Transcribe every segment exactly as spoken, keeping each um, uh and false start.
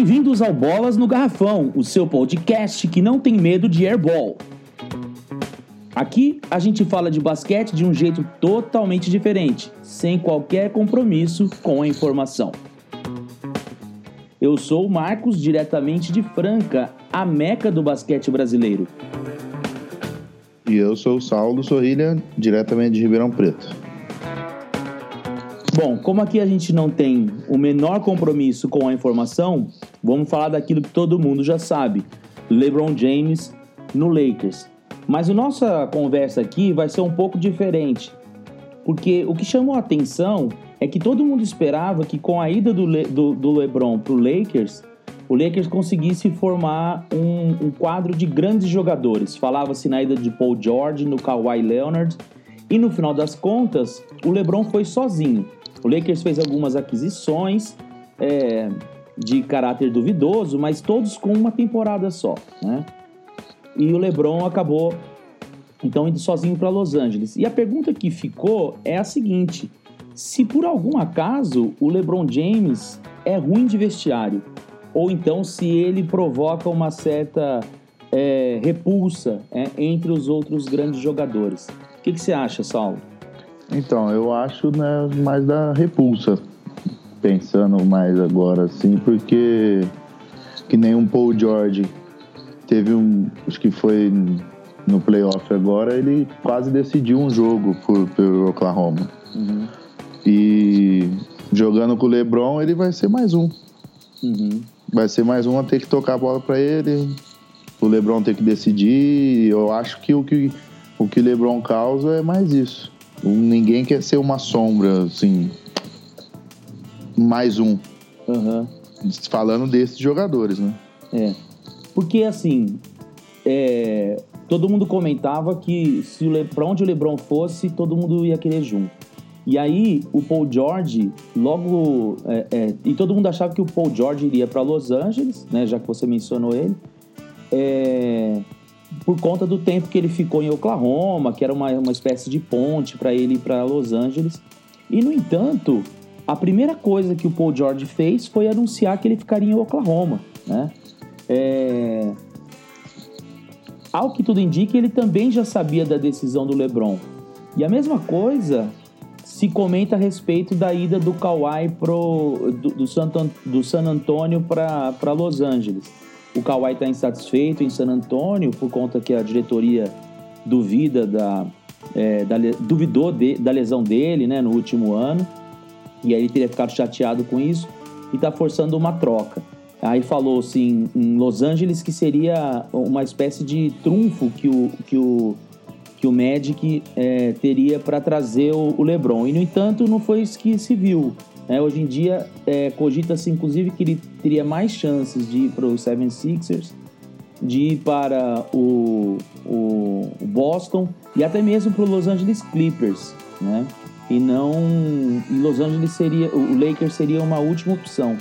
Bem-vindos ao Bolas no Garrafão, o seu podcast que não tem medo de airball. Aqui a gente fala de basquete de um jeito totalmente diferente, sem qualquer compromisso com a informação. Eu sou o Marcos, diretamente de Franca, a meca do basquete brasileiro. E eu sou o Saulo Sorrilha, diretamente de Ribeirão Preto. Bom, como aqui a gente não tem o menor compromisso com a informação, vamos falar daquilo que todo mundo já sabe, LeBron James no Lakers. Mas a nossa conversa aqui vai ser um pouco diferente, porque o que chamou a atenção é que todo mundo esperava que com a ida do, Le, do, do LeBron para o Lakers, o Lakers conseguisse formar um, um quadro de grandes jogadores. Falava-se na ida de Paul George, no Kawhi Leonard, e no final das contas, o LeBron foi sozinho. O Lakers fez algumas aquisições é, de caráter duvidoso, mas todos com uma temporada só, né? E o LeBron acabou, então, indo sozinho para Los Angeles. E a pergunta que ficou é a seguinte: se por algum acaso o LeBron James é ruim de vestiário, ou então se ele provoca uma certa é, repulsa é, entre os outros grandes jogadores. O que, que você acha, Saulo? Então, eu acho, né, mais da repulsa, pensando mais agora, assim, porque que nem um Paul George teve um, acho que foi no playoff agora, ele quase decidiu um jogo por, por Oklahoma. Uhum. E jogando com o LeBron, ele vai ser mais um. Uhum. Vai ser mais um a ter que tocar a bola para ele, o LeBron ter que decidir. Eu acho que o que o que o LeBron causa é mais isso. Ninguém quer ser uma sombra, assim, mais um. Uhum. Falando desses jogadores, né? É, porque assim, é, todo mundo comentava que se o Le, pra onde o LeBron fosse, todo mundo ia querer junto. E aí, o Paul George, logo... É, é, e todo mundo achava que o Paul George iria para Los Angeles, né, já que você mencionou ele, é, por conta do tempo que ele ficou em Oklahoma, que era uma, uma espécie de ponte para ele ir para Los Angeles. E, no entanto, a primeira coisa que o Paul George fez foi anunciar que ele ficaria em Oklahoma, né? É... Ao que tudo indica, ele também já sabia da decisão do LeBron. E a mesma coisa se comenta a respeito da ida do Kawhi pro, do, do, San, do San Antonio para Los Angeles. O Kawhi está insatisfeito em San Antonio por conta que a diretoria duvida da, é, da, duvidou de, da lesão dele, né, no último ano. E aí ele teria ficado chateado com isso e está forçando uma troca. Aí falou-se em, em Los Angeles que seria uma espécie de trunfo que o, que o, que o Magic é, teria para trazer o, o LeBron. E, no entanto, não foi isso que se viu. É, hoje em dia, é, cogita-se, inclusive, que ele teria mais chances de ir para o seventy-sixers, de ir para o, o, o Boston e até mesmo para o Los Angeles Clippers, né? E não... E Los Angeles seria... O Lakers seria uma última opção.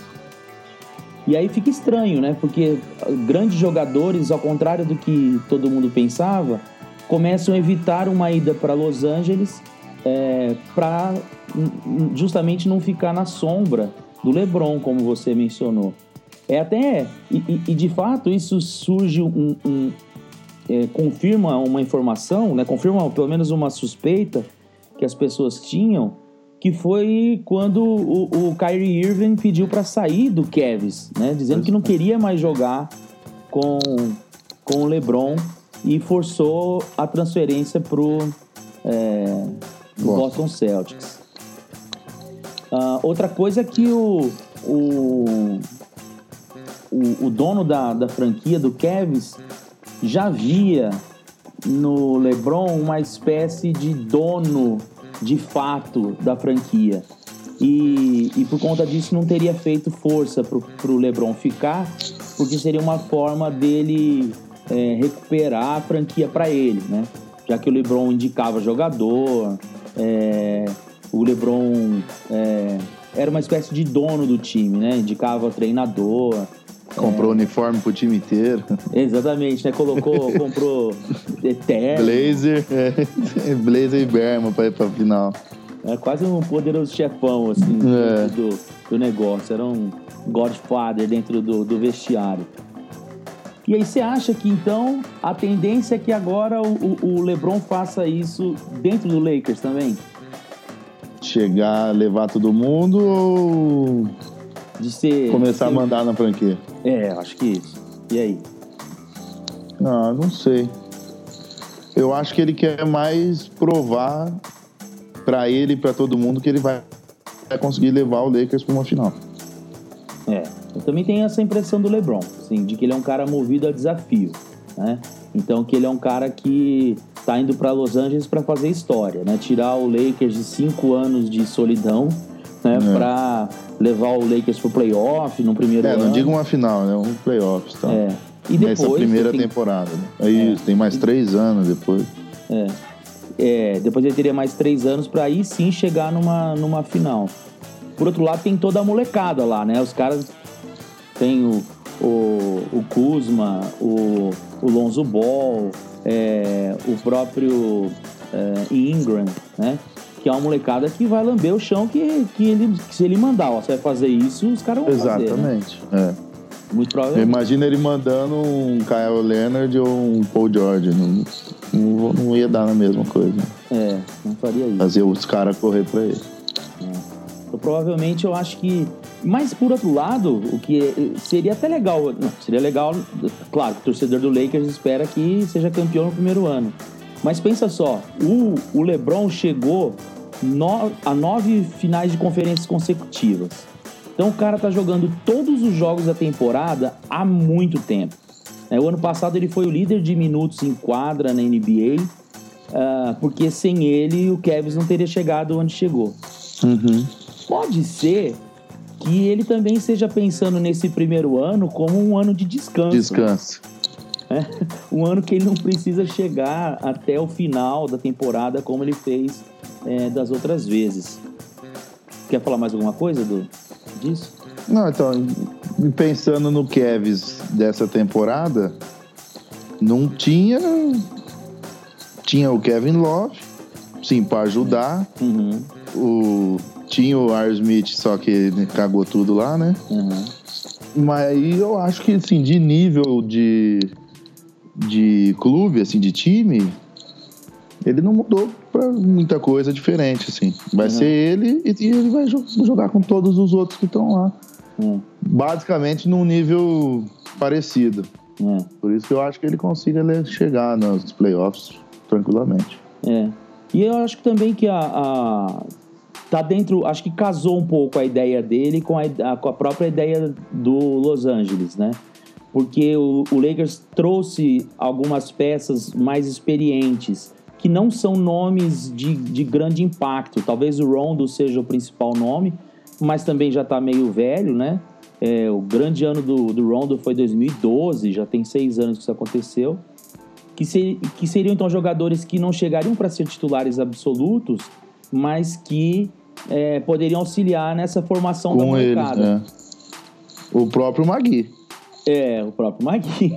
E aí fica estranho, né? Porque grandes jogadores, ao contrário do que todo mundo pensava, começam a evitar uma ida para Los Angeles é, para justamente não ficar na sombra do LeBron, como você mencionou. É até... E, e de fato, isso surge um... um é, confirma uma informação, né? Confirma pelo menos uma suspeita que as pessoas tinham, que foi quando o, o Kyrie Irving pediu para sair do Cavs, né? Dizendo que não queria mais jogar com, com o LeBron e forçou a transferência pro, é, pro Boston Celtics. Uh, outra coisa é que o, o, o, o dono da, da franquia do Cavs já via no LeBron uma espécie de dono de fato da franquia e, e por conta disso não teria feito força pro, pro LeBron ficar, porque seria uma forma dele é, recuperar a franquia para ele, né? Já que o LeBron indicava jogador, é, o LeBron é, era uma espécie de dono do time, né? Indicava treinador. Comprou é... uniforme pro time inteiro. Exatamente, né? Colocou, comprou terno. Blazer, é, Blazer e berma pra ir pra final. É quase um poderoso chefão, assim, é. do, do negócio. Era um, Godfather dentro do, do vestiário. E aí você acha que então a tendência é que agora o, o LeBron faça isso dentro do Lakers também? Chegar, levar todo mundo ou de ser, começar de ser... a mandar na franquia? É, acho que isso. E aí? Ah, não sei. Eu acho que ele quer mais provar pra ele e pra todo mundo que ele vai conseguir levar o Lakers pra uma final. É, eu também tenho essa impressão do LeBron, assim, de que ele é um cara movido a desafio, né? Então que ele é um cara que tá indo pra Los Angeles pra fazer história, né? Tirar o Lakers de cinco anos de solidão, né? É. Pra levar o Lakers pro playoff no primeiro é, ano. É, não digo uma final, né? Um playoff, tá? É. E depois, nessa primeira tem... temporada, né? Aí é. tem mais três anos depois. É. é. Depois ele teria mais três anos pra aí sim chegar numa, numa final. Por outro lado, tem toda a molecada lá, né? Os caras tem o, o, o Kuzma, o, o Lonzo Ball, é, o próprio é, Ingram, né? Que é uma molecada que vai lamber o chão que, que, ele, que se ele mandar, ó, você vai fazer isso, os caras vão Exatamente, fazer. Exatamente, né? é. Muito provavelmente. Imagina ele mandando um Kyle Leonard ou um Paul George. Não, não, não ia dar na mesma coisa. É, não faria isso. Fazer os caras correr pra ele. É. Então, provavelmente, eu acho que... Mas, por outro lado, o que seria até legal... Não, seria legal... Claro, o torcedor do Lakers espera que seja campeão no primeiro ano. Mas pensa só, o, o LeBron chegou no, a nove finais de conferências consecutivas. Então o cara tá jogando todos os jogos da temporada há muito tempo. É, o ano passado ele foi o líder de minutos em quadra na N B A, uh, porque sem ele o Cavs não teria chegado onde chegou. Uhum. Pode ser que ele também esteja pensando nesse primeiro ano como um ano de descanso. Descanso. É, um ano que ele não precisa chegar até o final da temporada como ele fez é, das outras vezes. Quer falar mais alguma coisa, Du? Disso? Não, então, pensando no Cavs dessa temporada, não tinha tinha o Kevin Love, sim, para ajudar. Uhum. O, tinha o R. Smith, só que ele cagou tudo lá, né? Uhum. Mas aí eu acho que, assim, de nível de de clube, assim, de time, ele não mudou pra muita coisa diferente, assim. Vai uhum. ser ele e, e ele vai jo- jogar com todos os outros que estão lá. Uhum. Basicamente num nível parecido. Uhum. Por isso que eu acho que ele consiga chegar nos playoffs tranquilamente. É. E eu acho que também que a, a... tá dentro... Acho que casou um pouco a ideia dele com a, a, com a própria ideia do Los Angeles, né? Porque o, o Lakers trouxe algumas peças mais experientes, que não são nomes de, de grande impacto. Talvez o Rondo seja o principal nome, mas também já está meio velho, né? É, o grande ano do, do Rondo foi dois mil e doze, já tem seis anos que isso aconteceu. Que, ser, que seriam, então, jogadores que não chegariam para ser titulares absolutos, mas que é, poderiam auxiliar nessa formação com da molecada. Eles, né? O próprio Magui. É, o próprio Magui.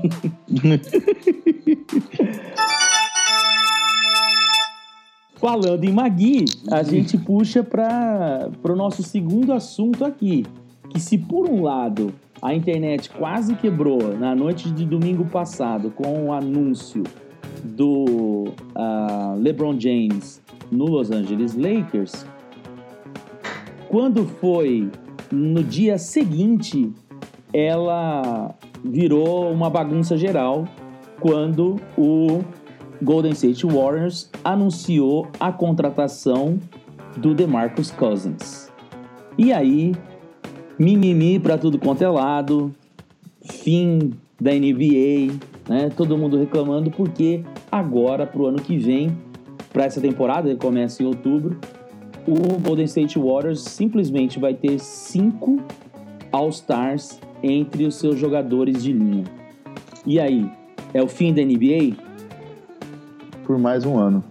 Falando em Magui, a gente puxa para o nosso segundo assunto aqui. Que se por um lado a internet quase quebrou na noite de domingo passado com o anúncio do uh, LeBron James no Los Angeles Lakers, quando foi no dia seguinte, ela virou uma bagunça geral quando o Golden State Warriors anunciou a contratação do DeMarcus Cousins. E aí, mimimi pra tudo quanto é lado, fim da N B A, né? Todo mundo reclamando porque agora, pro ano que vem, para essa temporada, que começa em outubro, o Golden State Warriors simplesmente vai ter cinco All-Stars entre os seus jogadores de linha. E aí, é o fim da N B A? Por mais um ano.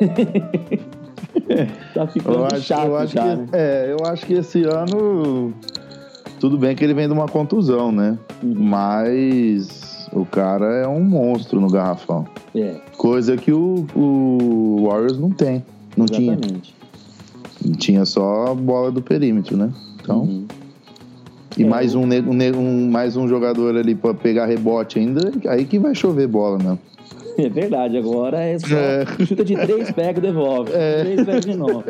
Tá ficando eu acho, chato eu acho já, que, né? É, eu acho que esse ano... Tudo bem que ele vem de uma contusão, né? Uhum. Mas o cara é um monstro no garrafão. É. Coisa que o, o Warriors não tem. Não Exatamente. tinha. Tinha só a bola do perímetro, né? Então, uhum. E é, mais, um, um, um, mais um jogador ali pra pegar rebote ainda, aí que vai chover bola, né? É verdade, agora é só é. chuta de três, pega e devolve. É. Três, pega de novo.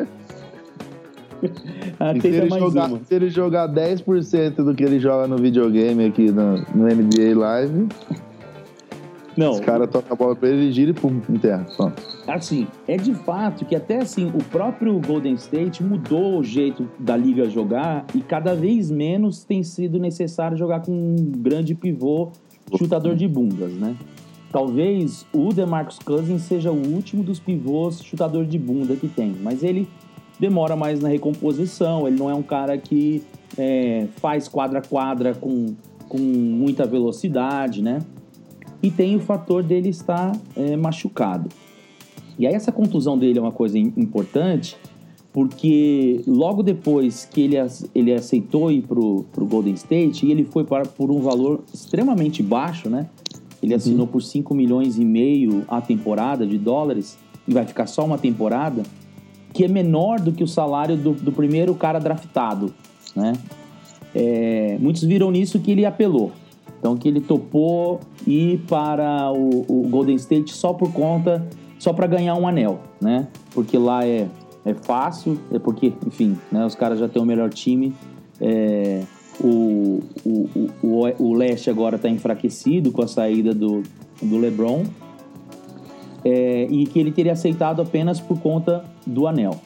Ah, se, ele mais jogar, uma. se ele jogar dez por cento do que ele joga no videogame aqui no, no N B A Live, não, os caras tocam a bola pra ele, ele gira e pum, enterra. Pronto. Assim, é de fato que até assim, o próprio Golden State mudou o jeito da liga jogar e cada vez menos tem sido necessário jogar com um grande pivô chutador de bundas, né? Talvez o DeMarcus Cousins seja o último dos pivôs chutador de bunda que tem, mas ele demora mais na recomposição, ele não é um cara que é, faz quadra-quadra com, com muita velocidade, né? E tem o fator dele estar é, machucado. E aí essa contusão dele é uma coisa importante, porque logo depois que ele, ele aceitou ir pro, pro Golden State, e ele foi para, por um valor extremamente baixo, né? Ele assinou por cinco milhões e meio a temporada de dólares, e vai ficar só uma temporada, que é menor do que o salário do, do primeiro cara draftado, né? É, muitos viram nisso que ele apelou. Então, que ele topou ir para o, o Golden State só por conta, só para ganhar um anel, né? Porque lá é, é fácil, é porque, enfim, né, os caras já têm o melhor time. É, o, o, o, o leste agora está enfraquecido com a saída do, do LeBron. É, e que ele teria aceitado apenas por conta do anel.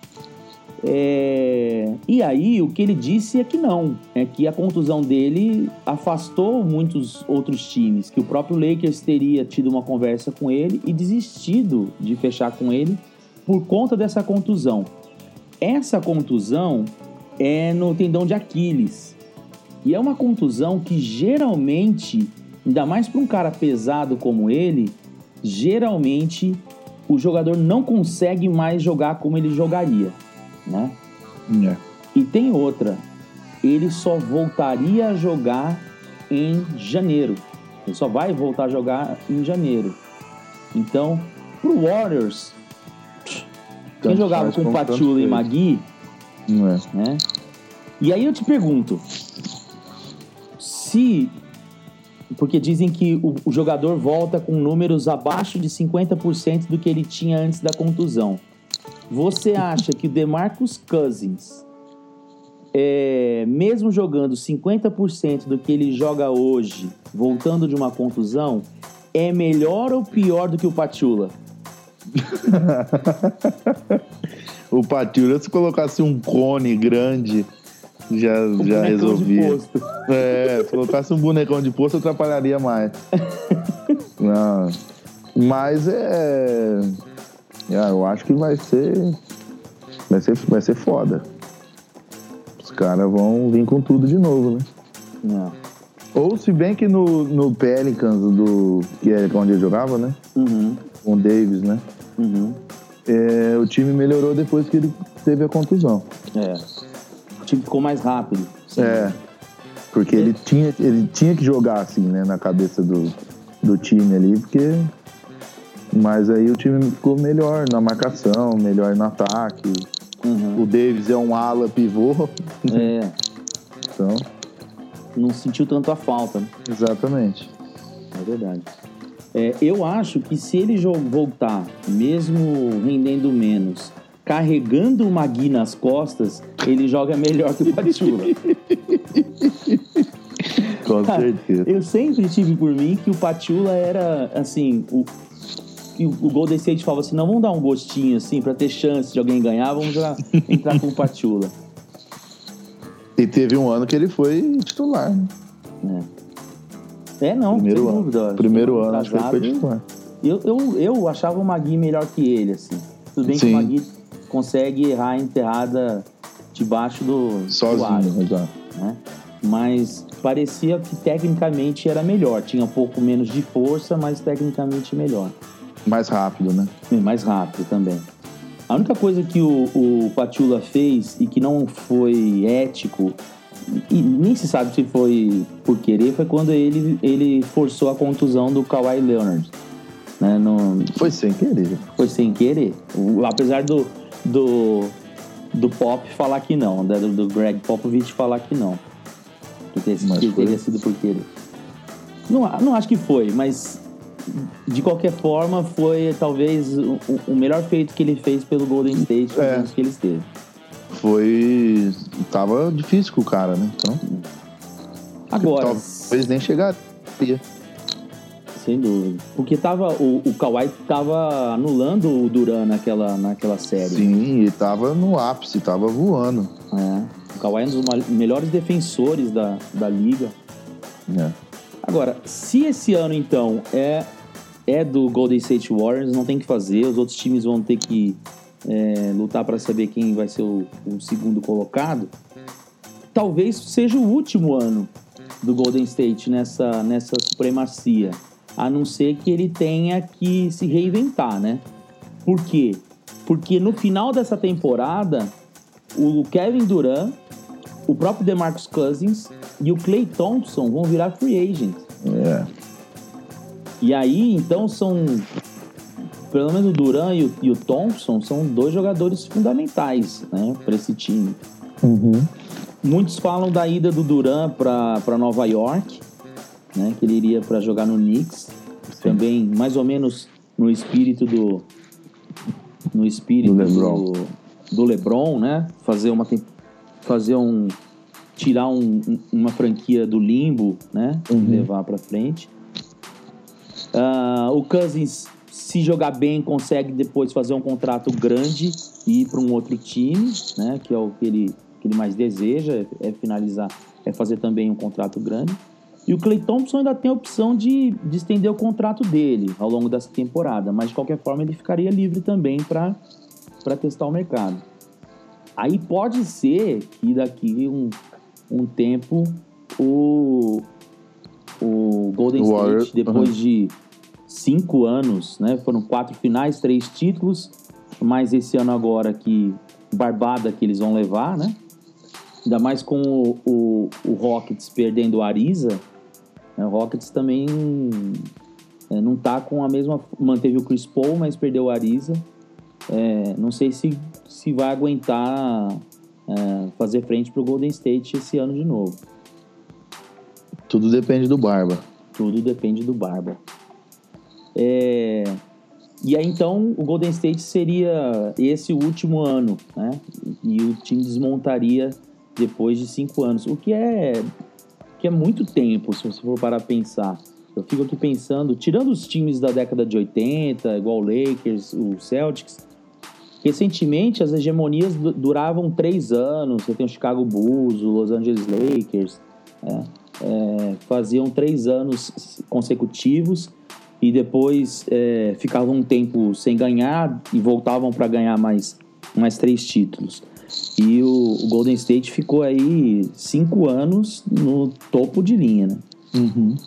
É, e aí o que ele disse é que não, é que a contusão dele afastou muitos outros times, que o próprio Lakers teria tido uma conversa com ele e desistido de fechar com ele por conta dessa contusão. Essa contusão é no tendão de Aquiles, e é uma contusão que geralmente, ainda mais para um cara pesado como ele, geralmente o jogador não consegue mais jogar como ele jogaria, né? Yeah. E tem outra, ele só voltaria a jogar em janeiro, ele só vai voltar a jogar em janeiro. Então, pro Warriors, quem Tanto jogava com Pachulia e Magui, é. né? E aí eu te pergunto, se... Porque dizem que o, o jogador volta com números abaixo de cinquenta por cento do que ele tinha antes da contusão. Você acha que o DeMarcus Cousins, é, mesmo jogando cinquenta por cento do que ele joga hoje, voltando de uma contusão, é melhor ou pior do que o Pachulia? O Pachulia, se colocasse um cone grande... Já, um já resolvia. É, se colocasse um bonecão de posto, atrapalharia mais. Não. Mas é, é. Eu acho que vai ser. Vai ser, vai ser foda. Os caras vão vir com tudo de novo, né? Não. Ou se bem que no, no Pelicans, do, que é onde ele jogava, né? Uhum. Com o Davis, né? Uhum. É, o time melhorou depois que ele teve a contusão. É. O time ficou mais rápido. Sim. É, porque é. Ele, tinha, ele tinha que jogar assim, né, na cabeça do, do time ali, porque... Mas aí o time ficou melhor na marcação, melhor no ataque. Uhum. O Davis é um ala pivô. É. Então... Não sentiu tanto a falta, né? Exatamente. É verdade. É, eu acho que se ele voltar, mesmo rendendo menos... carregando o Magui nas costas, ele joga melhor que o Pachulia. Com certeza. Eu sempre tive por mim que o Pachulia era, assim, o, o Golden State falava assim, não, vamos dar um gostinho, assim, pra ter chance de alguém ganhar, vamos já entrar com o Pachulia. E teve um ano que ele foi titular, né? É, é não, primeiro sem ano. dúvida. Primeiro ano que ele foi titular. Eu, eu, eu achava o Magui melhor que ele, assim. Tudo bem Sim. que o Magui consegue errar a enterrada debaixo do sozinho, exato. Né? Mas parecia que tecnicamente era melhor. Tinha um pouco menos de força, mas tecnicamente melhor. Mais rápido, né? E mais rápido também. A única coisa que o, o Pachulia fez e que não foi ético, e nem se sabe se foi por querer, foi quando ele, ele forçou a contusão do Kawhi Leonard. Né? No... Foi sem querer. Foi sem querer. O, apesar do, do, do Pop falar que não, do, do Greg Popovich falar que não. ter, que teria sido por querer. Não, não acho que foi, mas de qualquer forma foi talvez o, o melhor feito que ele fez pelo Golden State nos É. anos que ele esteve. Foi... Tava difícil com o cara, né? Então... Agora... Talvez nem chegaria. Sem dúvida. Porque tava, o, o Kawhi tava anulando o Durant naquela, naquela série. Sim, e tava no ápice, tava voando. É. O Kawhi é um dos melhores defensores da, da liga. É. Agora, se esse ano, então, é, é do Golden State Warriors, não tem que fazer. Os outros times vão ter que é, lutar para saber quem vai ser o, o segundo colocado. Talvez seja o último ano do Golden State nessa, nessa supremacia. A não ser que ele tenha que se reinventar, né? Por quê? Porque no final dessa temporada, o Kevin Durant, o próprio DeMarcus Cousins e o Klay Thompson vão virar free agent. É. E aí, então, são... Pelo menos o Durant e o, e o Thompson são dois jogadores fundamentais, né? Para esse time. Uhum. Muitos falam da ida do Durant para Nova York, né, que ele iria para jogar no Knicks. Sim. Também mais ou menos no espírito do no espírito do LeBron, do, do LeBron, né? Fazer uma fazer um tirar um, uma franquia do limbo, né? Uhum. Levar para frente. Uh, o Cousins, se jogar bem, consegue depois fazer um contrato grande e ir para um outro time, né? Que é o que ele que ele mais deseja, é finalizar, é fazer também um contrato grande. E o Klay Thompson ainda tem a opção de, de estender o contrato dele ao longo dessa temporada, mas de qualquer forma ele ficaria livre também para testar o mercado. Aí pode ser que daqui um, um tempo o, o Golden o State, Warrior, depois uh-huh. de cinco anos, né, foram quatro finais, três títulos, mais esse ano agora que barbada que eles vão levar, né? Ainda mais com o, o, o Rockets perdendo o Ariza, né? O Rockets também é, não tá com a mesma... Manteve o Chris Paul, mas perdeu o Ariza. É, não sei se, se vai aguentar é, fazer frente pro Golden State esse ano de novo. Tudo depende do Barba. Tudo depende do Barba. É... E aí, então, o Golden State seria esse o último ano, né? E o time desmontaria depois de cinco anos, o que é, que é muito tempo, se você for parar a pensar. Eu fico aqui pensando, tirando os times da década de oitenta, igual o Lakers, o Celtics, recentemente as hegemonias duravam três anos. Você tem o Chicago Bulls, o Los Angeles Lakers, né? é, faziam três anos consecutivos e depois é, ficavam um tempo sem ganhar e voltavam para ganhar mais, mais três títulos. E o, o Golden State ficou aí cinco anos no topo de linha, né? Uhum.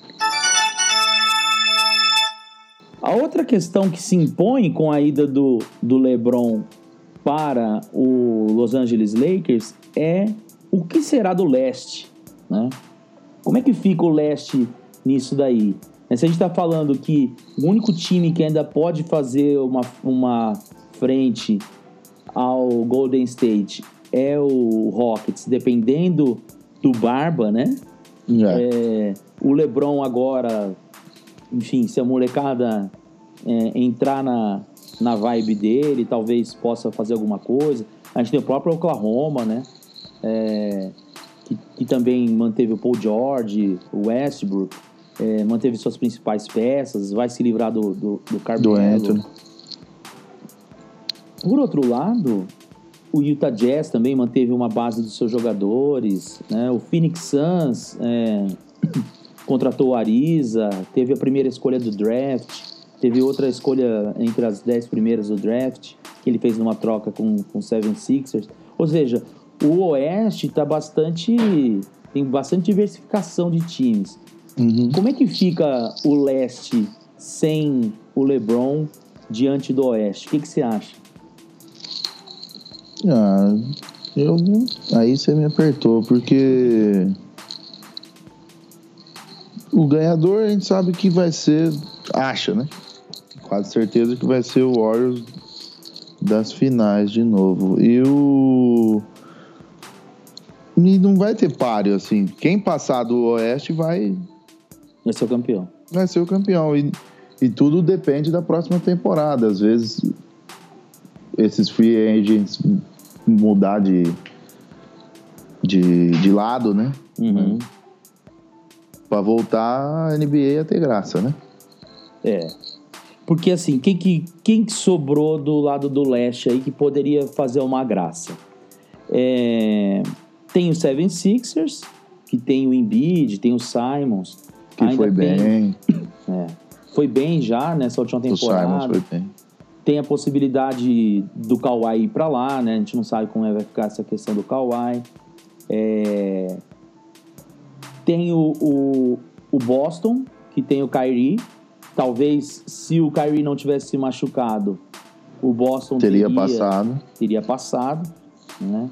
A outra questão que se impõe com a ida do, do LeBron para o Los Angeles Lakers é o que será do leste, né? Como é que fica o leste nisso daí? Se a gente está falando que o único time que ainda pode fazer uma, uma frente ao Golden State é o Rockets, dependendo do Barba, né? Yeah. É, o LeBron agora, enfim, se a molecada é, entrar na, na vibe dele, talvez possa fazer alguma coisa. A gente tem o próprio Oklahoma, né? É, que, que também manteve o Paul George, o Westbrook, é, manteve suas principais peças, vai se livrar do, do, do Carmelo. Por outro lado, o Utah Jazz também manteve uma base dos seus jogadores, né? O Phoenix Suns é, contratou o Ariza, teve a primeira escolha do draft, teve outra escolha entre as dez primeiras do draft, que ele fez numa troca com o seven sixers. Ou seja, o Oeste tá bastante, tem bastante diversificação de times. Uhum. Como é que fica o Leste sem o LeBron diante do Oeste? O que, que você acha? Ah, eu, aí você me apertou, porque o ganhador a gente sabe que vai ser, acha, né? Quase certeza que vai ser o Warriors das finais de novo. E o E não vai ter páreo, assim. Quem passar do Oeste vai... Vai ser o campeão. Vai ser o campeão. E, e tudo depende da próxima temporada. Às vezes, esses free agents mudar de, de, de lado, né? Uhum. Pra voltar a N B A a ter graça, né? É. Porque, assim, quem que, quem que sobrou do lado do Leste aí que poderia fazer uma graça? É... Tem o seven sixers, que tem o Embiid, tem o Simons. Que Ainda foi tem... bem. É. Foi bem já nessa última temporada. O Simons foi bem. Tem a possibilidade do Kawhi ir pra lá, né? A gente não sabe como é, vai ficar essa questão do Kawhi. É... Tem o, o, o Boston, que tem o Kyrie. Talvez, se o Kyrie não tivesse se machucado, o Boston teria, teria passado. Teria passado, né?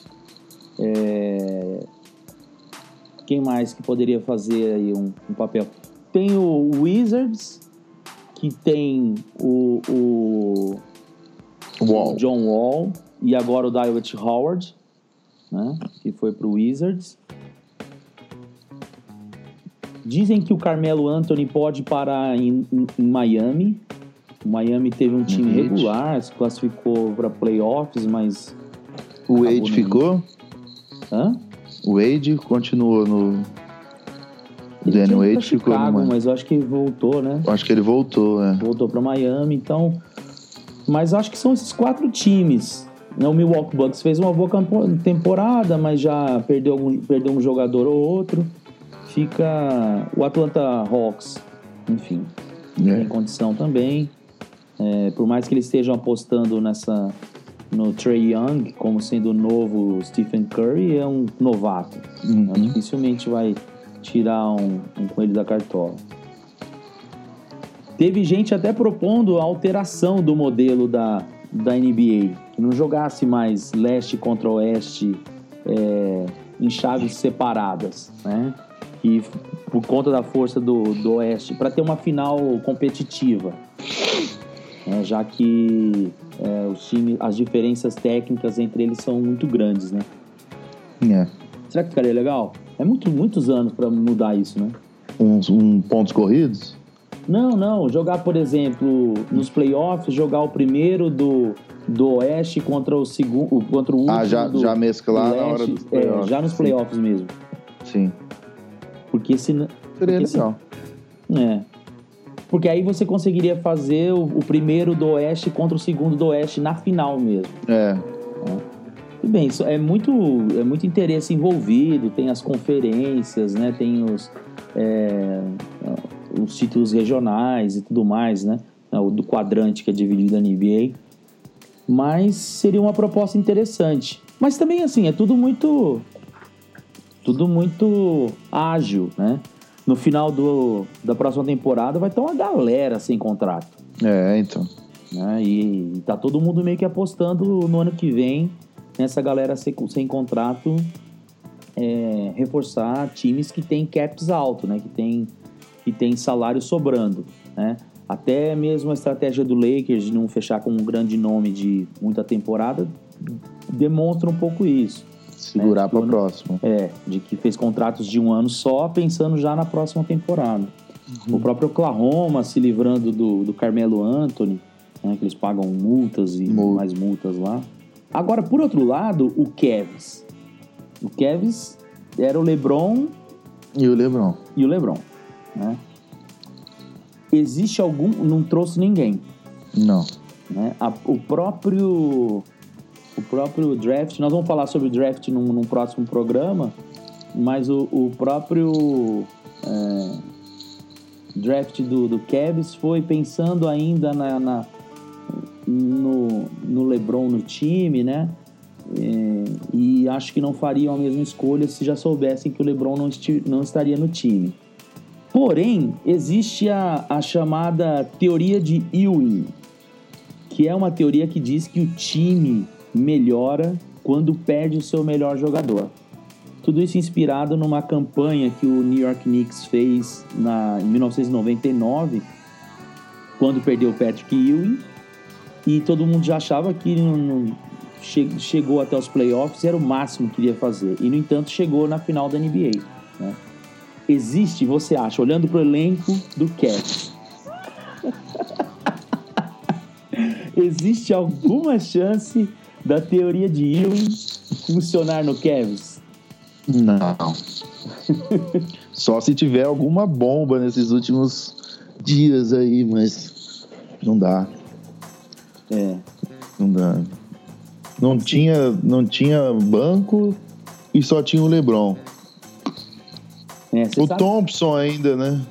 É... Quem mais que poderia fazer aí um, um papel? Tem o Wizards, que tem o, o, Wall. o John Wall e agora o Dwight Howard, né? Que foi pro Wizards. Dizem que o Carmelo Anthony pode parar em, em, em Miami. O Miami teve um time Heat. regular, se classificou para playoffs, mas... O Wade ficou? Hã? O Wade continuou no... Ele Danny tinha ido Wade pra ficou Chicago, no... mas eu acho que voltou, né? Acho que ele voltou, é. Voltou para Miami, então... Mas acho que são esses quatro times. O Milwaukee Bucks fez uma boa temporada, mas já perdeu, algum, perdeu um jogador ou outro. Fica o Atlanta Hawks, enfim, É. tem condição também. É, por mais que eles estejam apostando nessa, no Trae Young como sendo o novo Stephen Curry, é um novato. Uhum. Né? Dificilmente vai tirar um, um coelho da cartola. Teve gente até propondo a alteração do modelo da, da N B A, que não jogasse mais leste contra oeste é, em chaves separadas, né? E por conta da força do, do oeste, para ter uma final competitiva, né? Já que é, os times, as diferenças técnicas entre eles são muito grandes, né? É. Será que ficaria legal? É muito, muitos anos para mudar isso, né? Uns um pontos corridos? Não, não. Jogar, por exemplo, nos playoffs, jogar o primeiro do, do Oeste contra o segundo, contra o último. Ah, já, do, já mesclar do na hora leste, dos playoffs. É, já nos playoffs Sim. mesmo. Sim. Porque senão. Seria porque legal. Se, é. Porque aí você conseguiria fazer o, o primeiro do Oeste contra o segundo do Oeste na final mesmo. É. É. Tudo bem, isso é muito, é muito interesse envolvido, tem as conferências, né? Tem os. É, os títulos regionais e tudo mais, né? O do quadrante que é dividido na N B A. Mas seria uma proposta interessante. Mas também, assim, é tudo muito... Tudo muito ágil, né? No final do, da próxima temporada vai ter uma galera sem contrato. É, então. Né? E, e tá todo mundo meio que apostando no ano que vem nessa galera sem, sem contrato é, reforçar times que tem caps alto, né? Que tem... que tem salário sobrando, né? Até mesmo a estratégia do Lakers de não fechar com um grande nome de muita temporada demonstra um pouco isso. Segurar, né? Para a ano, próxima. É, de que fez contratos de um ano só, pensando já na próxima temporada. Uhum. O próprio Oklahoma se livrando do, do Carmelo Anthony, né? Que eles pagam multas e Mul- mais multas lá. Agora, por outro lado, o Cavs. O Cavs era o LeBron... E o LeBron. E o LeBron. Né? Existe algum... Não trouxe ninguém. Não. Né? A, o próprio... O próprio draft... Nós vamos falar sobre o draft num, num próximo programa, mas o, o próprio é, draft do, do Cavs foi pensando ainda na, na, no, no LeBron no time, né? É, e acho que não fariam a mesma escolha se já soubessem que o LeBron não, esti, não estaria no time. Porém, existe a, a chamada teoria de Ewing, que é uma teoria que diz que o time melhora quando perde o seu melhor jogador. Tudo isso inspirado numa campanha que o New York Knicks fez na, em mil novecentos e noventa e nove, quando perdeu o Patrick Ewing, e todo mundo já achava que não, não, che- chegou até os playoffs, era o máximo que iria fazer. E, no entanto, chegou na final da N B A, né? Existe, você acha, olhando pro elenco do Cavs, existe alguma chance da teoria de Ewing funcionar no Cavs? Não. Só se tiver alguma bomba nesses últimos dias aí, mas não dá. É. Não dá. Não tinha, não tinha banco e só tinha o LeBron. É, o sabe... Thompson ainda, né?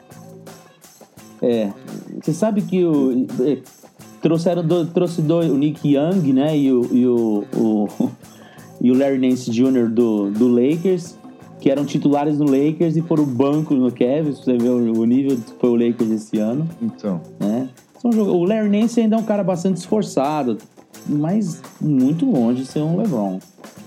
É. Você sabe que o... Trouxeram do, trouxe do, o Nick Young, né? E o, e o, o, e o Larry Nance Júnior do, do Lakers, que eram titulares no Lakers e foram banco no Cavs. Você vê o, o nível que foi o Lakers esse ano. Então. Né? O Larry Nance ainda é um cara bastante esforçado, mas muito longe de ser um LeBron.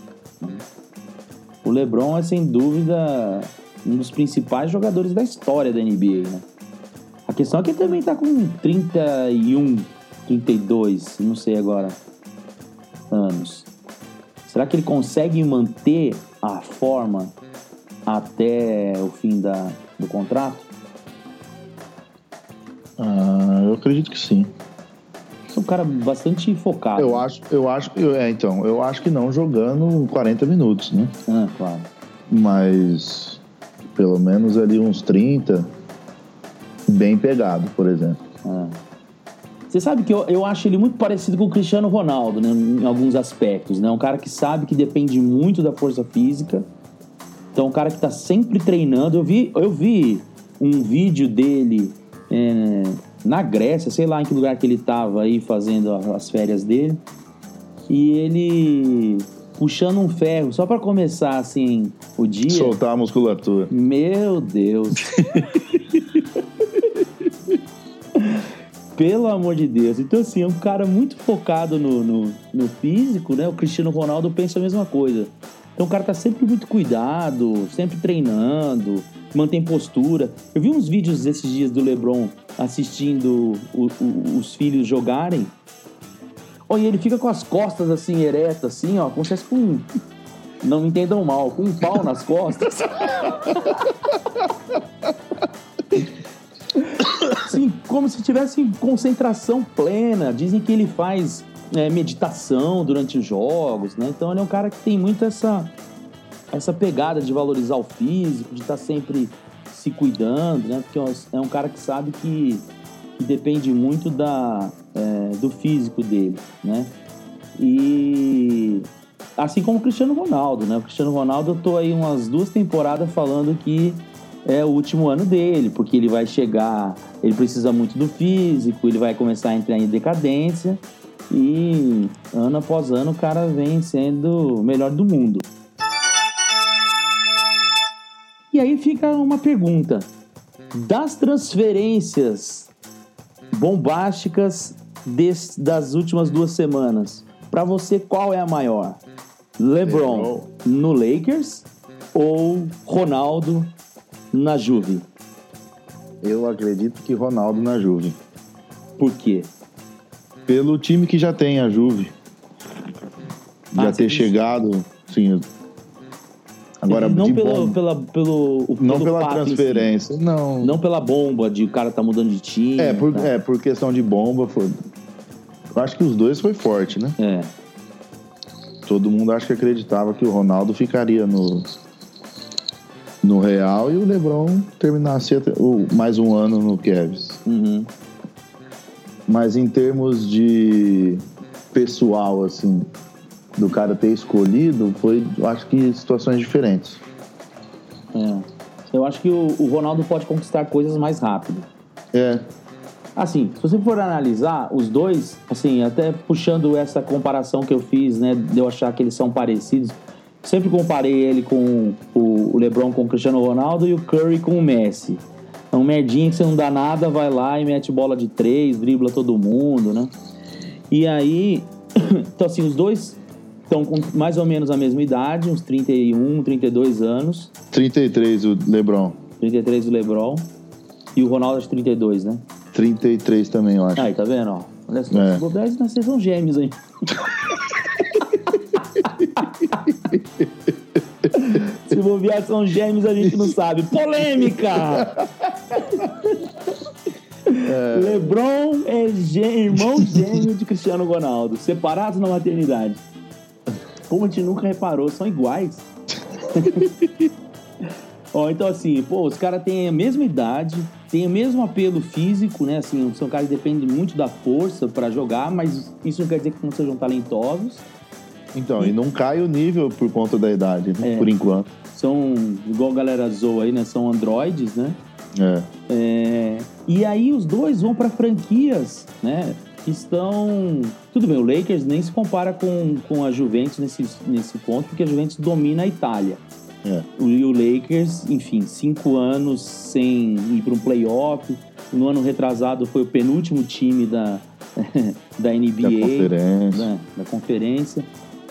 O LeBron é, sem dúvida, um dos principais jogadores da história da N B A, né? A questão é que ele também tá com trinta e um, trinta e dois, não sei agora, anos. Será que ele consegue manter a forma até o fim da, do contrato? Ah, eu acredito que sim. É um cara bastante focado. Eu acho, eu acho que é, então, eu acho que não jogando quarenta minutos, né? Ah, claro. Mas pelo menos ali uns trinta, bem pegado, por exemplo. Ah. Você sabe que eu, eu acho ele muito parecido com o Cristiano Ronaldo, né, em alguns aspectos, né? Um cara que sabe que depende muito da força física. Então, um cara que tá sempre treinando. Eu vi, eu vi um vídeo dele é, na Grécia, sei lá em que lugar que ele tava aí fazendo as férias dele. E ele puxando um ferro, só pra começar, assim, o dia. Soltar a musculatura. Meu Deus. Pelo amor de Deus. Então, assim, é um cara muito focado no, no, no físico, né? O Cristiano Ronaldo pensa a mesma coisa. Então, o cara tá sempre muito cuidado, sempre treinando, mantém postura. Eu vi uns vídeos desses dias do LeBron assistindo o, o, os filhos jogarem. Olha, ele fica com as costas, assim, eretas, assim, ó, como se fosse com... Não me entendam mal, com um pau nas costas. Sim, como se tivesse concentração plena. Dizem que ele faz é, meditação durante os jogos, né? Então ele é um cara que tem muito essa, essa pegada de valorizar o físico, de estar sempre se cuidando, né? Porque é um cara que sabe que, que depende muito da, é, do físico dele, né? E assim como o Cristiano Ronaldo, né? O Cristiano Ronaldo, eu tô aí umas duas temporadas falando que é o último ano dele, porque ele vai chegar, ele precisa muito do físico, ele vai começar a entrar em decadência e ano após ano o cara vem sendo o melhor do mundo. E aí fica uma pergunta: das transferências bombásticas des, das últimas duas semanas, pra você qual é a maior? LeBron, LeBron no Lakers ou Ronaldo na Juve? Eu acredito que Ronaldo na Juve. Por quê? Pelo time que já tem a Juve. Já ah, ter chegado, sim. Agora, não de pelo, bom, pela, pelo, não pelo pela transferência, si. não. Não pela bomba de o cara tá mudando de time. É, por, tá? é, por questão de bomba, foi. Eu acho que os dois foi forte, né? É. Todo mundo acho que acreditava que o Ronaldo ficaria no, no Real e o LeBron terminasse o, mais um ano no Cavs. Uhum. Mas em termos de pessoal, assim, do cara ter escolhido, foi, eu acho que situações diferentes. É. Eu acho que o, o Ronaldo pode conquistar coisas mais rápido. É. Assim, se você for analisar os dois, assim, até puxando essa comparação que eu fiz, né, de eu achar que eles são parecidos, sempre comparei ele com o, o LeBron com o Cristiano Ronaldo e o Curry com o Messi. É um merdinha que você não dá nada, vai lá e mete bola de três, dribla todo mundo, né? E aí, então assim, os dois estão com mais ou menos a mesma idade, uns trinta e um, trinta e dois anos. trinta e três o LeBron. trinta e três o LeBron. E o Ronaldo de trinta e dois, né? trinta e três também, eu acho. Aí, tá vendo, ó? Olha só, é. os Bobés nasceram gêmeos aí. Se bobear são gêmeos, a gente não sabe. Polêmica! É. LeBron é gê- irmão gêmeo de Cristiano Ronaldo, separados na maternidade. Como a gente nunca reparou, são iguais. Ó, então assim, pô, os caras têm a mesma idade, têm o mesmo apelo físico, né? Assim, são caras que dependem muito da força pra jogar, mas isso não quer dizer que não sejam talentosos. Então, e, e não cai o nível por conta da idade, né? É, por enquanto. São, igual a galera zoa aí, né? São androides, né? É. É. E aí os dois vão pra franquias, né? Que estão... Tudo bem, o Lakers nem se compara com, com a Juventus nesse, nesse ponto, porque a Juventus domina a Itália. É. E o Lakers, enfim, cinco anos sem ir para um playoff. No ano retrasado foi o penúltimo time da, da N B A. Da conferência. Né, da conferência.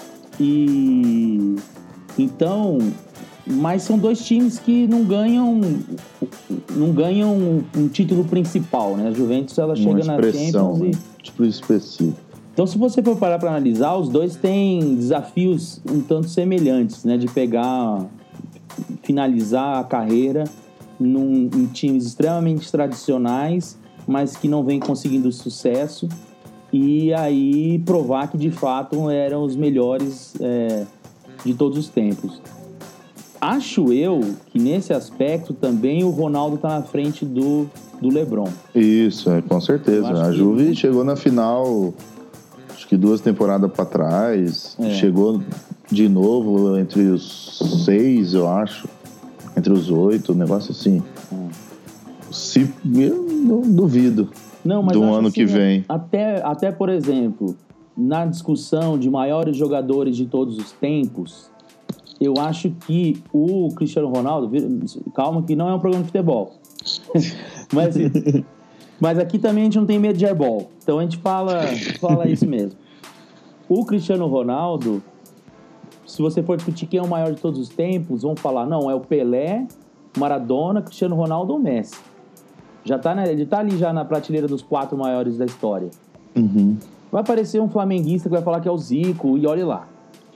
E... Então... Mas são dois times que não ganham não ganham um título principal, né? A Juventus, ela chega na Champions né? e... Tipo específico. Então, se você for parar para analisar, os dois têm desafios um tanto semelhantes, né? De pegar, finalizar a carreira num, em times extremamente tradicionais, mas que não vêm conseguindo sucesso, e aí provar que, de fato, eram os melhores é, de todos os tempos. Acho eu que, nesse aspecto, também o Ronaldo está na frente do, do LeBron. Isso, é, com certeza. A Juve que... chegou na final... Acho que duas temporadas para trás, é. Chegou de novo entre os seis, eu acho, entre os oito, um negócio assim. Hum. Se, eu não duvido não, mas do ano assim, que vem. Até, até, por exemplo, na discussão de maiores jogadores de todos os tempos, eu acho que o Cristiano Ronaldo... Calma que não é um programa de futebol. Mas... Mas aqui também a gente não tem medo de airball. Então a gente fala, fala isso mesmo. O Cristiano Ronaldo, se você for discutir quem é o maior de todos os tempos, vão falar, não, é o Pelé, Maradona, Cristiano Ronaldo ou Messi. Já tá, né, ele tá ali já na prateleira dos quatro maiores da história. Uhum. Vai aparecer um flamenguista que vai falar que é o Zico, e olhe lá.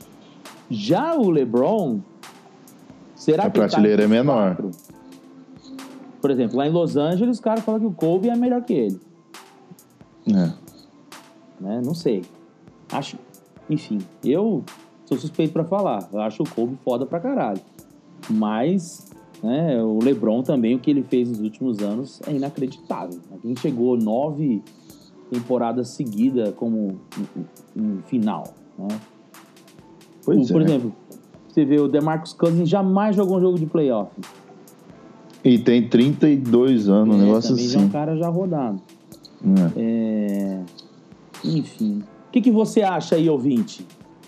Já o LeBron, será a que a prateleira tá é menor. Quatro? Por exemplo, lá em Los Angeles, os caras falam que o Kobe é melhor que ele. É. Né? Não sei. Acho... Enfim, eu sou suspeito pra falar. Eu acho o Kobe foda pra caralho. Mas, né, o LeBron também, o que ele fez nos últimos anos é inacreditável. A gente chegou nove temporadas seguidas como um, um final. Né? Pois o, por é. exemplo, você vê o DeMarcus Cousins jamais jogou um jogo de playoff. E tem trinta e dois anos, um é, negócio também assim. Já é um cara já rodado. É. É... Enfim. O que, que você acha aí, ouvinte?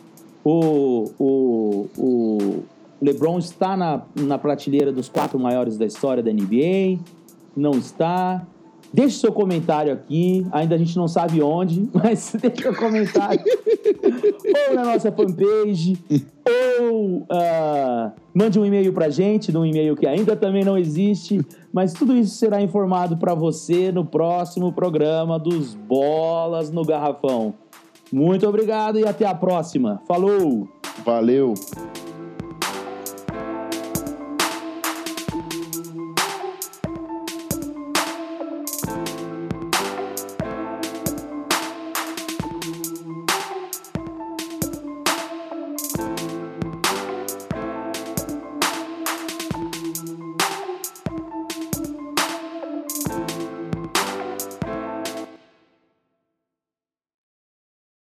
O, o, o LeBron está na, na prateleira dos quatro maiores da história da N B A? Não está? Deixe seu comentário aqui. Ainda a gente não sabe onde, mas deixe seu comentário. Ou na nossa fanpage, ou uh, mande um e-mail pra gente, num e-mail que ainda também não existe, mas tudo isso será informado para você no próximo programa dos Bolas no Garrafão. Muito obrigado e até a próxima. Falou! Valeu!